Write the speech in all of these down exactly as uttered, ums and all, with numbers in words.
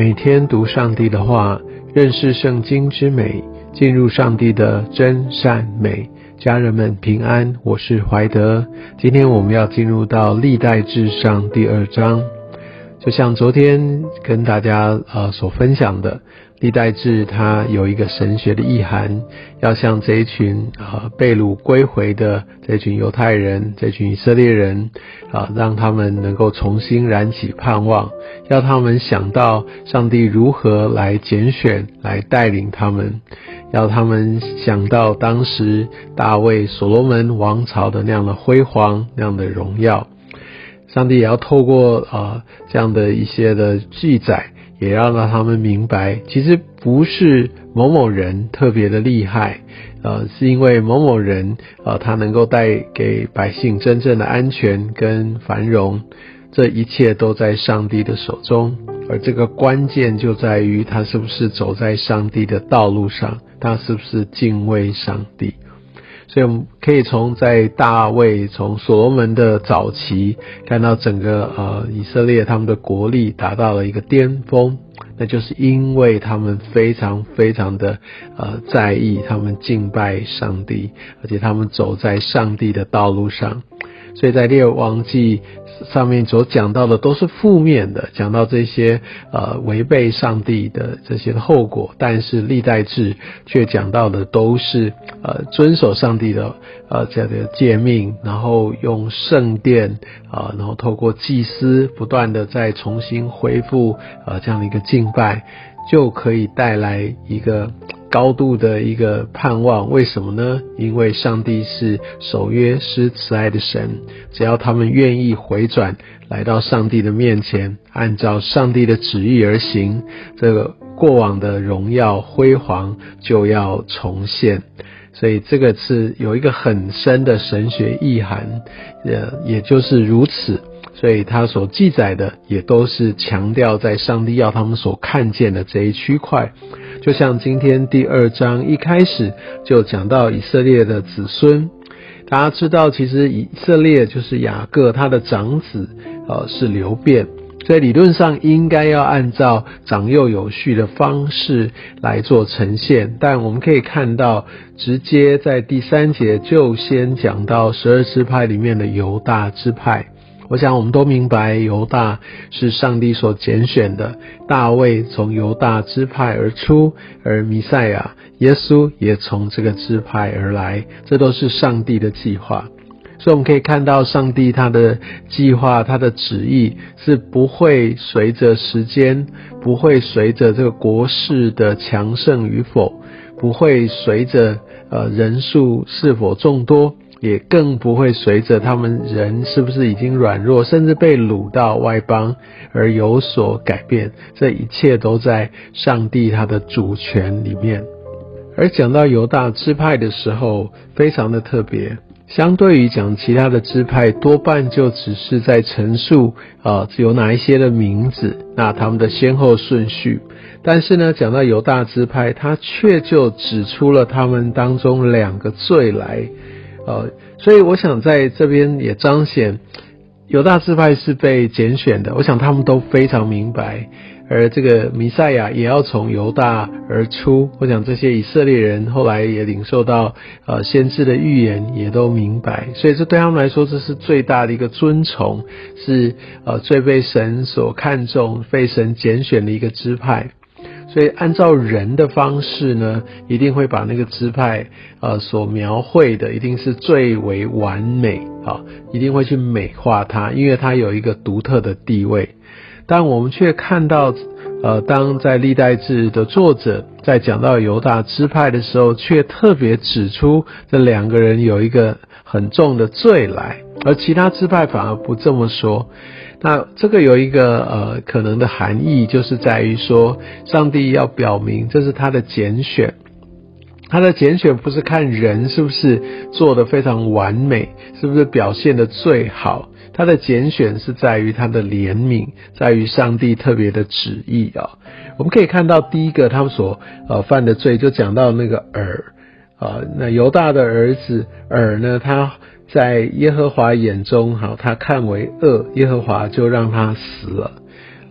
每天读上帝的话，认识圣经之美，进入上帝的真善美。家人们平安，我是怀德。今天我们要进入到历代志上第二章。就像昨天跟大家呃所分享的，历代志它有一个神学的意涵，要向这一群呃被掳归回的这群犹太人，这群以色列人啊、呃，让他们能够重新燃起盼望，要他们想到上帝如何来拣选，来带领他们，要他们想到当时大卫所罗门王朝的那样的辉煌，那样的荣耀。上帝也要透过呃这样的一些的记载，也要让他们明白，其实不是某某人特别的厉害，呃，是因为某某人呃他能够带给百姓真正的安全跟繁荣，这一切都在上帝的手中。而这个关键就在于他是不是走在上帝的道路上，他是不是敬畏上帝。所以我们可以从在大卫从所罗门的早期看到整个呃以色列他们的国力达到了一个巅峰，那就是因为他们非常非常的呃在意，他们敬拜上帝，而且他们走在上帝的道路上。所以在列王记上面所讲到的都是负面的，讲到这些呃违背上帝的这些后果，但是历代志却讲到的都是呃遵守上帝的呃这样的诫命，然后用圣殿啊、呃，然后透过祭司不断的再重新恢复呃这样的一个敬拜，就可以带来一个高度的一个盼望。为什么呢？因为上帝是守约施慈爱的神，只要他们愿意回转来到上帝的面前，按照上帝的旨意而行，这个过往的荣耀辉煌就要重现。所以这个是有一个很深的神学意涵，呃，也就是如此。所以他所记载的也都是强调在上帝要他们所看见的这一区块。就像今天第二章一开始就讲到以色列的子孙，大家知道其实以色列就是雅各他的长子呃是流便，所以理论上应该要按照长幼有序的方式来做呈现，但我们可以看到直接在第三节就先讲到十二支派里面的犹大支派。我想我们都明白犹大是上帝所拣选的，大卫从犹大支派而出，而弥赛亚耶稣也从这个支派而来，这都是上帝的计划。所以我们可以看到上帝他的计划，他的旨意是不会随着时间，不会随着这个国势的强盛与否，不会随着呃人数是否众多，也更不会随着他们人是不是已经软弱，甚至被掳到外邦而有所改变。这一切都在上帝他的主权里面。而讲到犹大支派的时候，非常的特别。相对于讲其他的支派，多半就只是在陈述呃有哪一些的名字，那他们的先后顺序。但是呢，讲到犹大支派，他却就指出了他们当中两个罪来。呃，所以我想在这边也彰显犹大支派是被拣选的，我想他们都非常明白，而这个弥赛亚也要从犹大而出，我想这些以色列人后来也领受到呃先知的预言，也都明白，所以这对他们来说这是最大的一个尊崇，是呃最被神所看重，被神拣选的一个支派。所以按照人的方式呢，一定会把那个支派呃所描绘的一定是最为完美啊，一定会去美化它，因为它有一个独特的地位。但我们却看到呃当在历代志的作者在讲到犹大支派的时候，却特别指出这两个人有一个很重的罪来，而其他支派反而不这么说。那这个有一个呃可能的含义，就是在于说上帝要表明这是他的拣选，他的拣选不是看人是不是做得非常完美，是不是表现得最好，他的拣选是在于他的怜悯，在于上帝特别的旨意啊。我们可以看到第一个他们所呃犯的罪，就讲到那个珥啊、呃，那犹大的儿子珥呢，他在耶和华眼中好，他看为恶，耶和华就让他死了。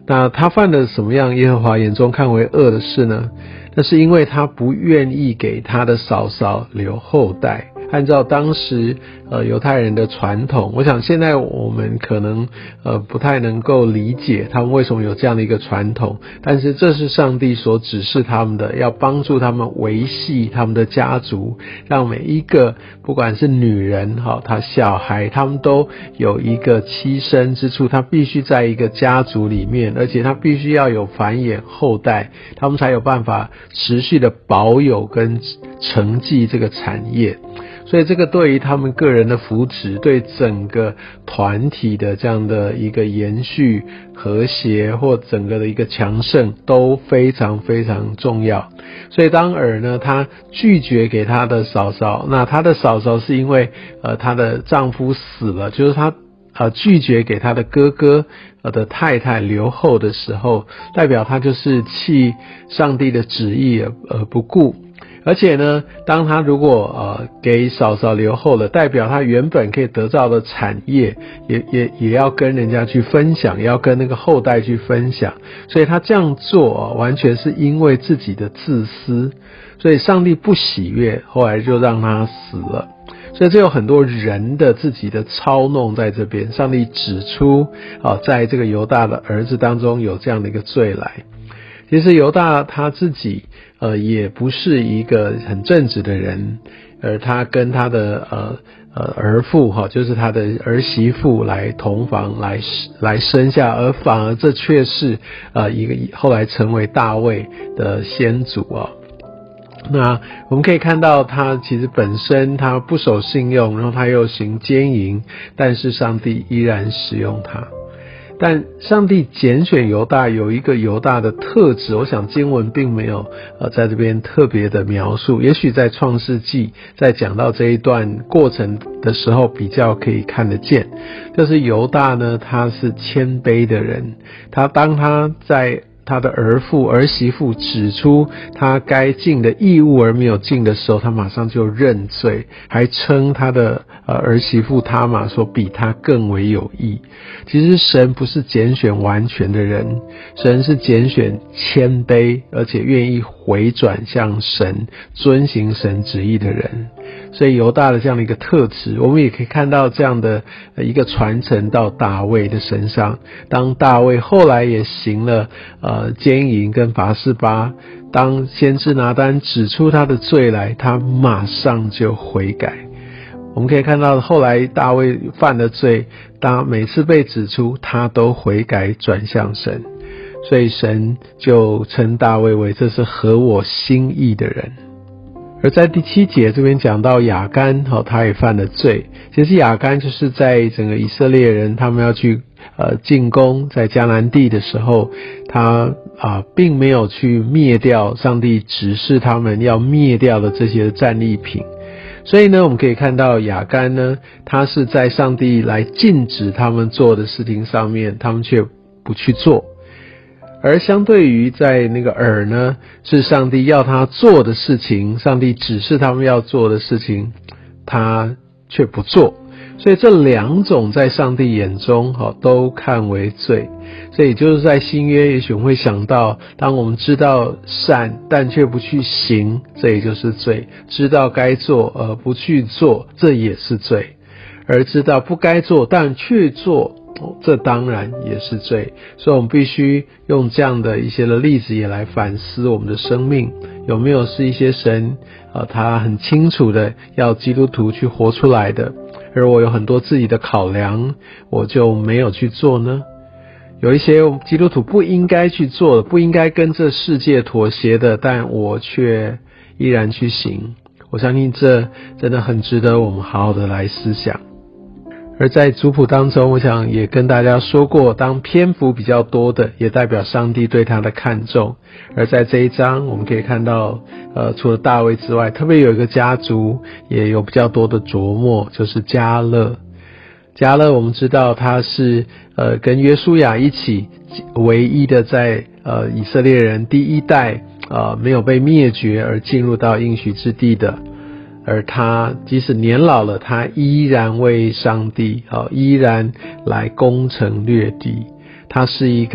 那他犯了什么样耶和华眼中看为恶的事呢？那是因为他不愿意给他的嫂嫂留后代。按照当时呃犹太人的传统，我想现在我们可能呃不太能够理解他们为什么有这样的一个传统，但是这是上帝所指示他们的，要帮助他们维系他们的家族，让每一个不管是女人哈，他小孩他们都有一个栖身之处，他必须在一个家族里面，而且他必须要有繁衍后代，他们才有办法持续的保有跟承继这个产业。所以这个对于他们个人的福祉，对整个团体的这样的一个延续、和谐或整个的一个强盛都非常非常重要。所以当尔呢，他拒绝给他的嫂嫂，那他的嫂嫂是因为呃他的丈夫死了，就是他呃拒绝给他的哥哥呃的太太留后的时候，代表他就是弃上帝的旨意而而不顾。而且呢，当他如果呃给嫂嫂留后了，代表他原本可以得到的产业也也也要跟人家去分享，也要跟那个后代去分享。所以他这样做啊，完全是因为自己的自私，所以上帝不喜悦，后来就让他死了。所以这有很多人的自己的操弄在这边。上帝指出啊，在这个犹大的儿子当中有这样的一个罪来。其实犹大他自己呃也不是一个很正直的人，而他跟他的呃呃儿妇哈，就是他的儿媳妇来同房来来生下，而反而这却是呃一个后来成为大卫的先祖啊。那我们可以看到他其实本身他不守信用，然后他又行奸淫，但是上帝依然使用他。但上帝拣选犹大有一个犹大的特质，我想经文并没有呃在这边特别的描述，也许在创世纪在讲到这一段过程的时候比较可以看得见，就是犹大呢他是谦卑的人，他当他在他的儿妇儿媳妇指出他该尽的义务而没有尽的时候，他马上就认罪，还称他的呃儿媳妇他玛说比他更为有益。其实神不是拣选完全的人，神是拣选谦卑而且愿意回转向神，遵行神旨意的人。所以犹大的这样的一个特质，我们也可以看到这样的一个传承到大卫的身上。当大卫后来也行了呃奸淫跟拔示巴，当先知拿单指出他的罪来，他马上就悔改。我们可以看到后来大卫犯了罪，当每次被指出他都悔改转向神，所以神就称大卫为这是合我心意的人。而在第七节这边讲到亚干哦，他也犯了罪。其实亚干就是在整个以色列人他们要去呃进攻在迦南地的时候，他啊并没有去灭掉上帝指示他们要灭掉的这些战利品。所以呢，我们可以看到亚干呢，他是在上帝来禁止他们做的事情上面，他们却不去做。而相对于在那个尔呢，是上帝要他做的事情，上帝指示他们要做的事情，他却不做。所以这两种在上帝眼中都看为罪。所以就是在新约也许我们会想到，当我们知道善但却不去行，这也就是罪。知道该做而不去做，这也是罪。而知道不该做但却做，这当然也是罪。所以我们必须用这样的一些的例子也来反思我们的生命，有没有是一些神呃，他很清楚的要基督徒去活出来的，而我有很多自己的考量，我就没有去做呢？有一些基督徒不应该去做的，不应该跟这世界妥协的，但我却依然去行。我相信这真的很值得我们好好的来思想。而在族谱当中，我想也跟大家说过，当篇幅比较多的，也代表上帝对他的看重。而在这一章，我们可以看到，呃，除了大卫之外，特别有一个家族也有比较多的琢磨，就是迦勒。迦勒我们知道他是呃跟约书亚一起唯一的在呃以色列人第一代呃没有被灭绝而进入到应许之地的。而他即使年老了，他依然为上帝、哦、依然来攻城略地。他是一个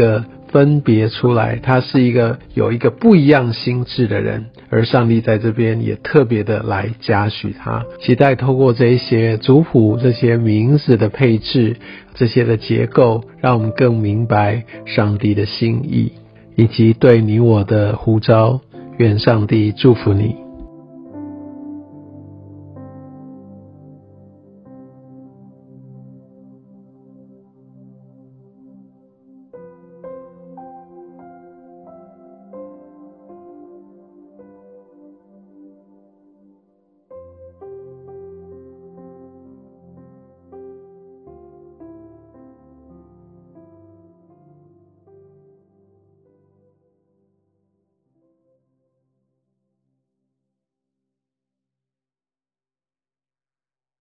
分别出来，他是一个有一个不一样心智的人，而上帝在这边也特别的来嘉许他。期待透过这一些族谱、这些名字的配置、这些的结构，让我们更明白上帝的心意，以及对你我的呼召。愿上帝祝福你。